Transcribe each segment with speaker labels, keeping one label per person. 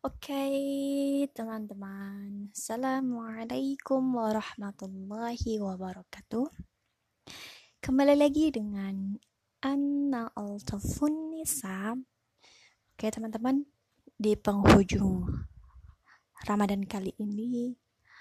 Speaker 1: Oke, teman-teman. Assalamualaikum warahmatullahi wabarakatuh. Kembali lagi dengan Anna Altafun Nisa. Oke, teman-teman, di penghujung Ramadan kali ini,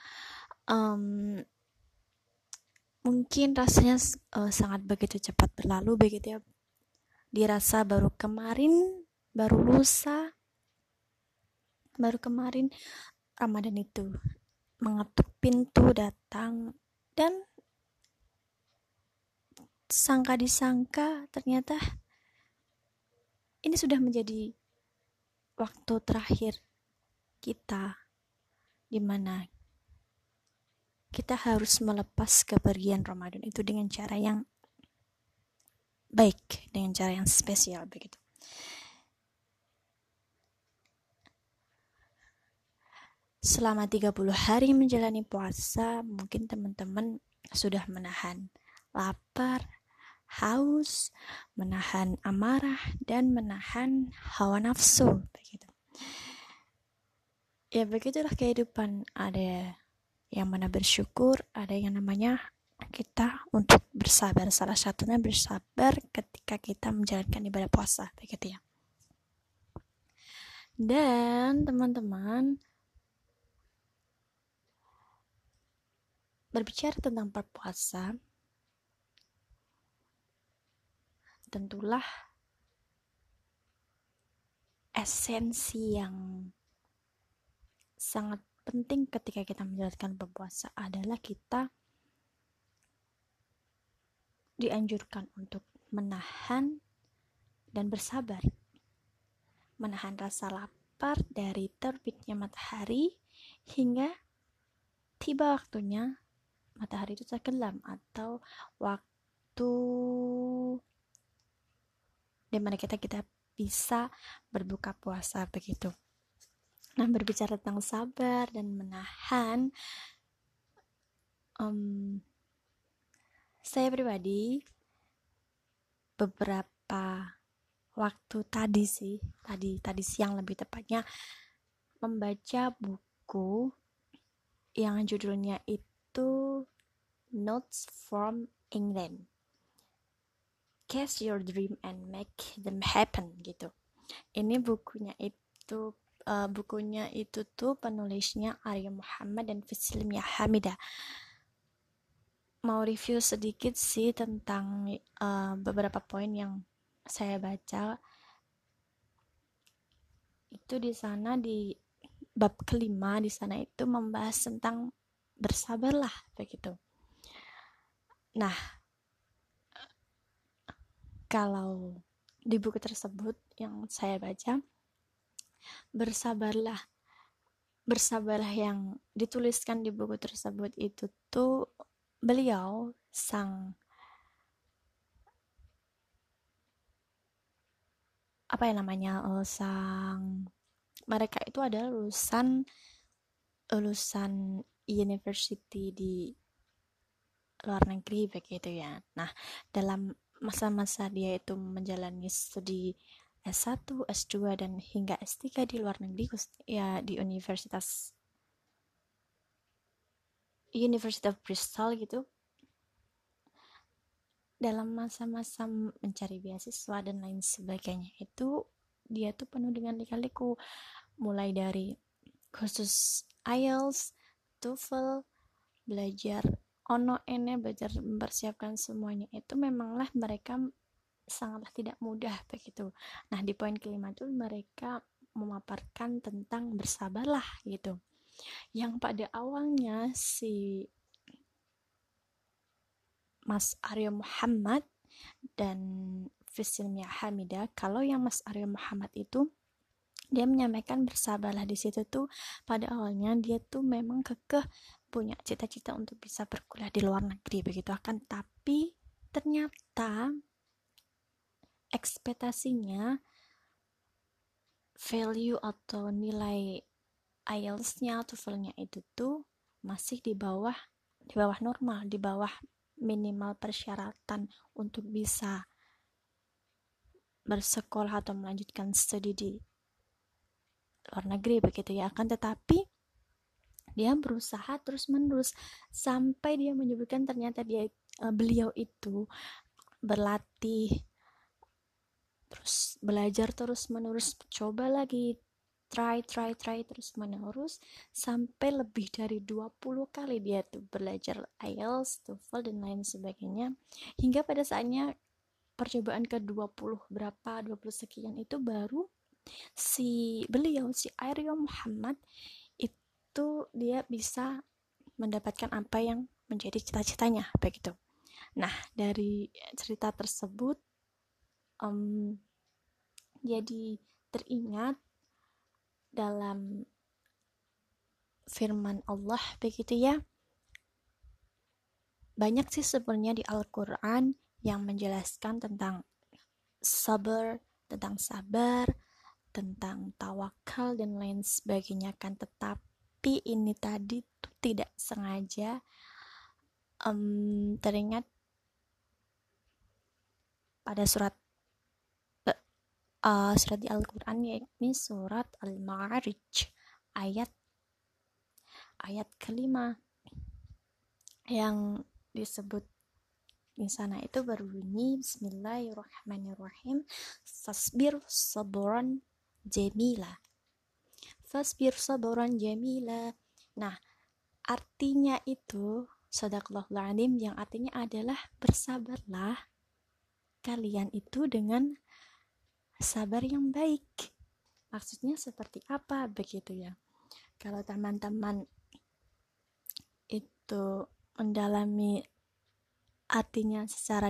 Speaker 1: mungkin rasanya sangat begitu cepat berlalu, begitu ya. Dirasa baru kemarin Ramadan itu mengetuk pintu datang, dan sangka disangka ternyata ini sudah menjadi waktu terakhir kita, di mana kita harus melepas kepergian Ramadan itu dengan cara yang baik, dengan cara yang spesial begitu. Selama 30 hari menjalani puasa, mungkin teman-teman sudah menahan lapar, haus, menahan amarah, dan menahan hawa nafsu begitu. Ya begitulah kehidupan, ada yang mana bersyukur, ada yang namanya kita untuk bersabar. Salah satunya bersabar ketika kita menjalankan ibadah puasa begitu ya. Dan teman-teman, berbicara tentang berpuasa, tentulah esensi yang sangat penting ketika kita menjalankan berpuasa adalah kita dianjurkan untuk menahan dan bersabar. Menahan rasa lapar dari terbitnya matahari hingga tiba waktunya matahari itu tenggelam, atau waktu dimana kita bisa berbuka puasa begitu. Nah, berbicara tentang sabar dan menahan, saya pribadi beberapa waktu tadi siang lebih tepatnya, membaca buku yang judulnya itu Notes from England, Catch Your Dream and Make Them Happen gitu. Ini bukunya itu tuh penulisnya Arya Muhammad dan Fislim Hamidah. Mau review sedikit sih tentang beberapa poin yang saya baca. Itu di sana di bab kelima, di sana itu membahas tentang bersabarlah begitu. Nah, kalau di buku tersebut yang saya baca, bersabarlah yang dituliskan di buku tersebut itu tuh beliau sang mereka itu adalah lulusan university di luar negeri begitu ya. Nah, dalam masa-masa dia itu menjalani studi S1, S2 dan hingga S3 di luar negeri ya, di University of Bristol gitu. Dalam masa-masa mencari beasiswa dan lain sebagainya itu dia tuh penuh dengan lika-liku, mulai dari khusus IELTS, TOEFL, belajar belajar mempersiapkan semuanya itu memanglah mereka sangatlah tidak mudah begitu. Nah, di poin kelima itu mereka memaparkan tentang bersabarlah gitu, yang pada awalnya si Mas Arya Muhammad dan Fisilmia Hamidah, kalau yang Mas Arya Muhammad itu dia menyampaikan bersabarlah di situ tuh pada awalnya dia tuh memang kekeh punya cita-cita untuk bisa berkuliah di luar negeri begitu, akan tapi ternyata ekspektasinya value atau nilai IELTS-nya atau TOEFL-nya itu tuh masih di bawah normal, di bawah minimal persyaratan untuk bisa bersekolah atau melanjutkan studi di luar negeri begitu ya. Akan tetapi dia berusaha terus menerus sampai dia menyebutkan ternyata beliau itu berlatih, terus belajar terus menerus, coba lagi, try terus menerus sampai lebih dari 20 kali dia tuh belajar IELTS, TOEFL dan lain sebagainya, hingga pada saatnya percobaan ke 20 berapa 20 sekian itu baru si Aryo Muhammad itu dia bisa mendapatkan apa yang menjadi cita-citanya begitu. Nah, dari cerita tersebut jadi teringat dalam firman Allah begitu ya. Banyak sih sebenarnya di Al-Quran yang menjelaskan tentang sabar, tentang tawakal dan lain sebagainya kan, tetapi ini tadi tuh tidak sengaja teringat pada surat di Al-Quran, yakni surat Al-Ma'arij ayat kelima yang disebut di sana itu berbunyi Bismillahirrahmanirrahim, fasbir sabran jamila. Nah, artinya itu Shadaqallahul Adzim, yang artinya adalah bersabarlah kalian itu dengan sabar yang baik. Maksudnya seperti apa begitu ya? Kalau teman-teman itu mendalami artinya secara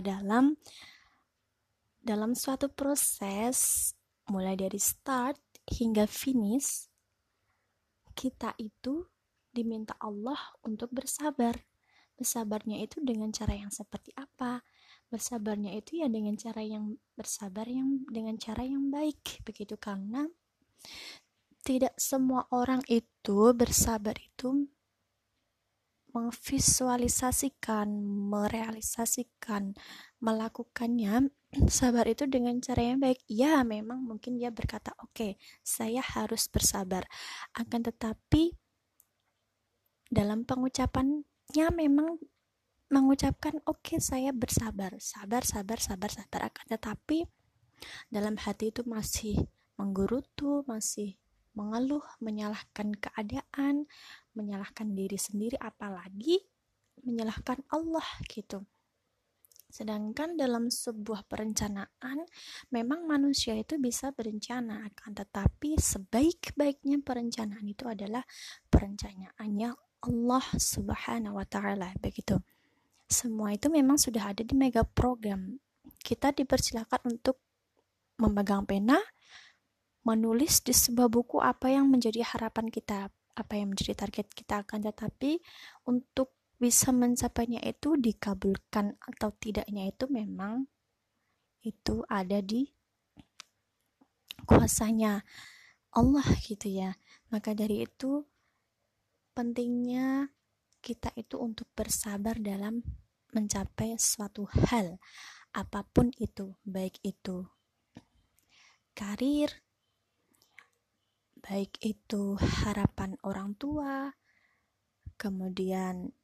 Speaker 1: dalam suatu proses mulai dari start hingga finish, kita itu diminta Allah untuk bersabar. Bersabarnya itu dengan cara yang seperti apa? Bersabarnya itu ya dengan cara yang dengan cara yang baik begitu, karena tidak semua orang itu bersabar itu memvisualisasikan, merealisasikan, melakukannya sabar itu dengan cara yang baik. Ya, memang mungkin dia berkata, oke, saya harus bersabar. Akan tetapi dalam pengucapannya memang mengucapkan oke, saya bersabar, sabar. Akan tetapi dalam hati itu masih menggerutu, masih mengeluh, menyalahkan keadaan, menyalahkan diri sendiri, apalagi menyalahkan Allah gitu. Sedangkan dalam sebuah perencanaan memang manusia itu bisa berencana, akan tetapi sebaik-baiknya perencanaan itu adalah perencanaannya Allah Subhanahu wa taala begitu. Semua itu memang sudah ada di mega program. Kita dipersilakan untuk memegang pena, menulis di sebuah buku apa yang menjadi harapan kita, apa yang menjadi target kita, akan tetapi untuk bisa mencapainya itu dikabulkan atau tidaknya itu memang itu ada di kuasanya Allah gitu ya. Maka dari itu pentingnya kita itu untuk bersabar dalam mencapai suatu hal apapun itu, baik itu karir, baik itu harapan orang tua, kemudian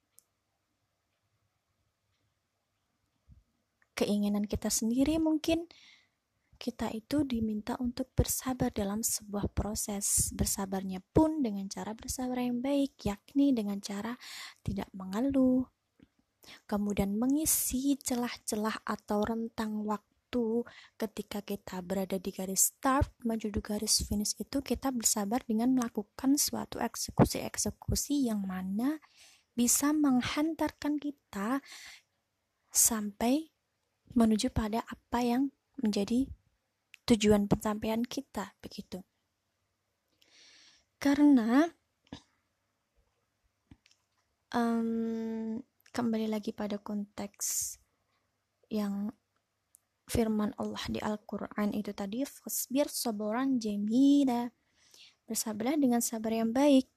Speaker 1: keinginan kita sendiri, mungkin kita itu diminta untuk bersabar dalam sebuah proses. Bersabarnya pun dengan cara bersabar yang baik, yakni dengan cara tidak mengeluh, kemudian mengisi celah-celah atau rentang waktu ketika kita berada di garis start menuju garis finish itu, kita bersabar dengan melakukan suatu eksekusi yang mana bisa menghantarkan kita sampai menuju pada apa yang menjadi tujuan pencapaian kita begitu. Karena kembali lagi pada konteks yang firman Allah di Al-Quran itu tadi, fasbir sabran jamila, bersabarlah dengan sabar yang baik.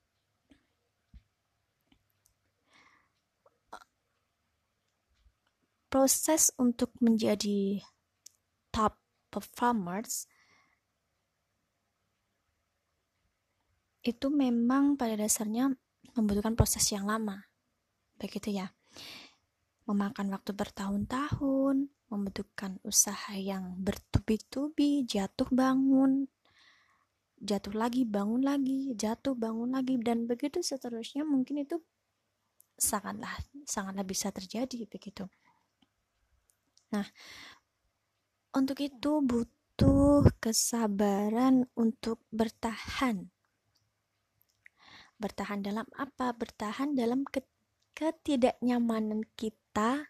Speaker 1: Proses untuk menjadi top performers itu memang pada dasarnya membutuhkan proses yang lama, begitu ya. Memakan waktu bertahun-tahun, membutuhkan usaha yang bertubi-tubi, jatuh bangun, jatuh lagi, bangun lagi, jatuh bangun lagi, dan begitu seterusnya. Mungkin itu sangatlah bisa terjadi begitu. Nah, untuk itu butuh kesabaran untuk bertahan. Bertahan dalam apa? Bertahan dalam ketidaknyamanan kita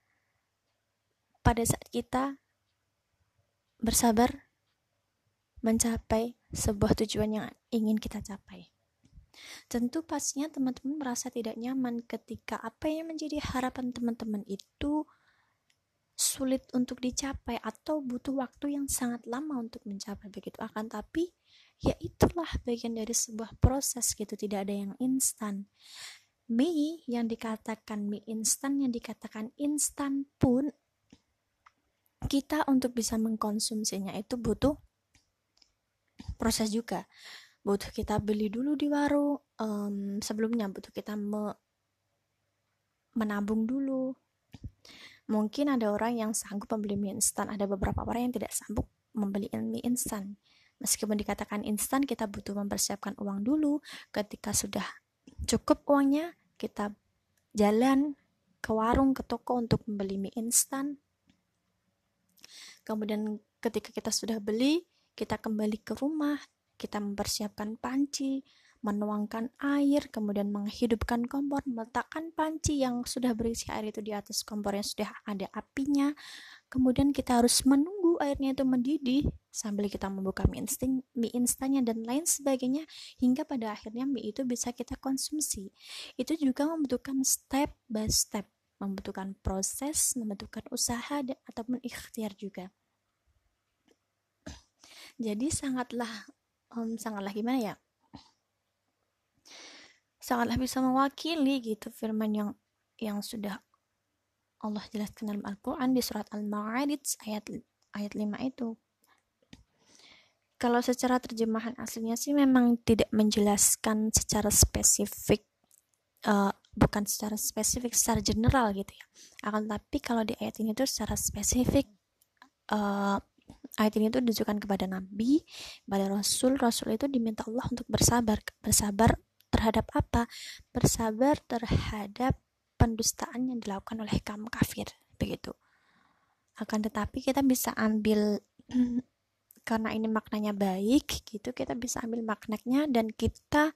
Speaker 1: pada saat kita bersabar mencapai sebuah tujuan yang ingin kita capai. Tentu pastinya teman-teman merasa tidak nyaman ketika apa yang menjadi harapan teman-teman itu sulit untuk dicapai atau butuh waktu yang sangat lama untuk mencapai begitu. Akan tapi ya itulah bagian dari sebuah proses gitu, tidak ada yang instan. Mie yang dikatakan mie instan, yang dikatakan instan pun kita untuk bisa mengkonsumsinya itu butuh proses juga. Butuh kita beli dulu di warung, sebelumnya butuh kita menabung dulu. Mungkin ada orang yang sanggup membeli mie instan, ada beberapa orang yang tidak sanggup membeli mie instan. Meskipun dikatakan instan, kita butuh mempersiapkan uang dulu. Ketika sudah cukup uangnya, kita jalan ke warung, ke toko untuk membeli mie instan. Kemudian ketika kita sudah beli, kita kembali ke rumah, kita mempersiapkan panci, menuangkan air, kemudian menghidupkan kompor, meletakkan panci yang sudah berisi air itu di atas kompor yang sudah ada apinya. Kemudian kita harus menunggu airnya itu mendidih sambil kita membuka mie instannya dan lain sebagainya, hingga pada akhirnya mie itu bisa kita konsumsi. Itu juga membutuhkan step by step, membutuhkan proses, membutuhkan usaha ataupun ikhtiar juga. Jadi sangatlah gimana ya? Sangatlah bisa mewakili gitu firman yang sudah Allah jelaskan dalam Al-Quran di surat Al-Ma'arij ayat 5 itu. Kalau secara terjemahan aslinya sih memang tidak menjelaskan secara spesifik, bukan secara spesifik, secara general gitu ya. Akan tapi kalau di ayat ini tuh secara spesifik, ayat ini tuh ditujukan kepada Nabi, kepada Rasul itu diminta Allah untuk bersabar terhadap apa? Bersabar terhadap pendustaan yang dilakukan oleh kaum kafir, begitu. Akan tetapi kita bisa ambil karena ini maknanya baik gitu, kita bisa ambil maknanya dan kita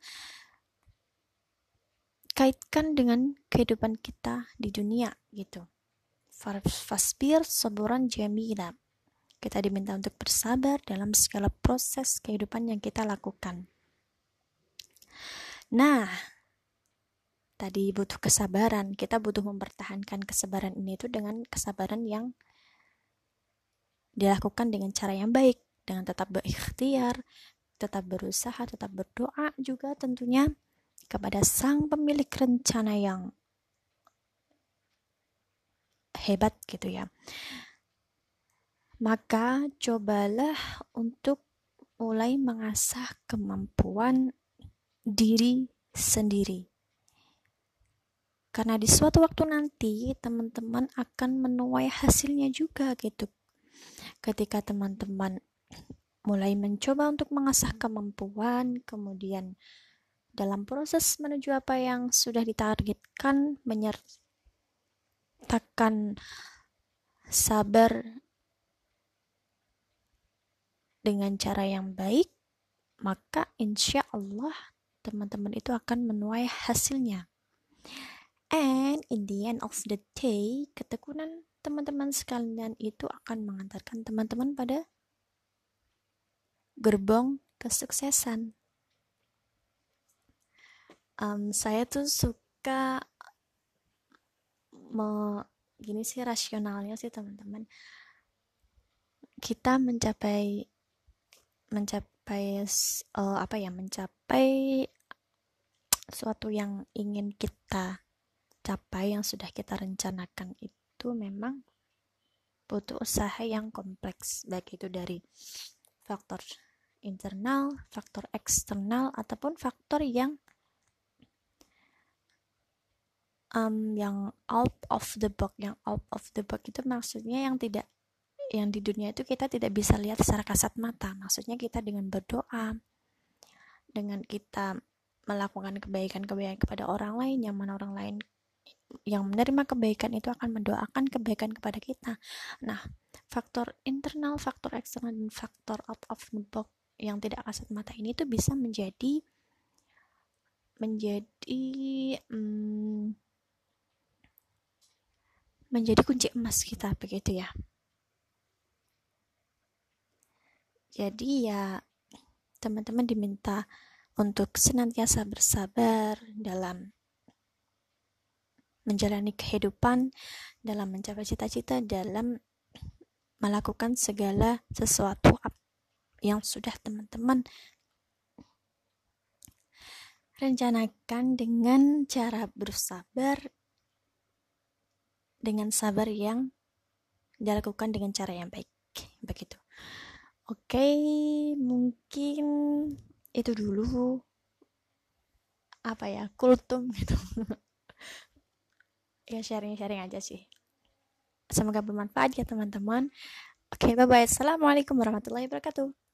Speaker 1: kaitkan dengan kehidupan kita di dunia gitu. Fasbir saburan jamila. Kita diminta untuk bersabar dalam segala proses kehidupan yang kita lakukan. Nah, tadi butuh kesabaran. Kita butuh mempertahankan kesabaran ini itu dengan kesabaran yang dilakukan dengan cara yang baik, dengan tetap berikhtiar, tetap berusaha, tetap berdoa juga tentunya kepada sang pemilik rencana yang hebat gitu ya. Maka cobalah untuk mulai mengasah kemampuan diri sendiri. Karena di suatu waktu nanti teman-teman akan menuai hasilnya juga gitu. Ketika teman-teman mulai mencoba untuk mengasah kemampuan, kemudian dalam proses menuju apa yang sudah ditargetkan, menyertakan sabar dengan cara yang baik, maka insya Allah teman-teman itu akan menuai hasilnya. And in the end of the day, ketekunan teman-teman sekalian itu akan mengantarkan teman-teman pada gerbong kesuksesan. Saya tuh suka gini sih rasionalnya sih teman-teman. Kita mencapai suatu yang ingin kita capai, yang sudah kita rencanakan itu memang butuh usaha yang kompleks, baik itu dari faktor internal, faktor eksternal, ataupun faktor yang out of the box. Yang out of the box itu maksudnya yang di dunia itu kita tidak bisa lihat secara kasat mata. Maksudnya kita dengan berdoa, dengan kita melakukan kebaikan-kebaikan kepada orang lain, yang mana orang lain yang menerima kebaikan itu akan mendoakan kebaikan kepada kita. Nah, faktor internal, faktor eksternal, dan faktor out of the box yang tidak kasat mata ini tuh bisa menjadi kunci emas kita, begitu ya. Jadi ya teman-teman diminta untuk senantiasa bersabar dalam menjalani kehidupan, dalam mencapai cita-cita, dalam melakukan segala sesuatu yang sudah teman-teman rencanakan dengan cara bersabar, dengan sabar yang dilakukan dengan cara yang baik, begitu. Oke, mungkin itu dulu kultum gitu. Ya sharing-sharing aja sih. Semoga bermanfaat ya teman-teman. Oke, bye-bye. Assalamualaikum warahmatullahi wabarakatuh.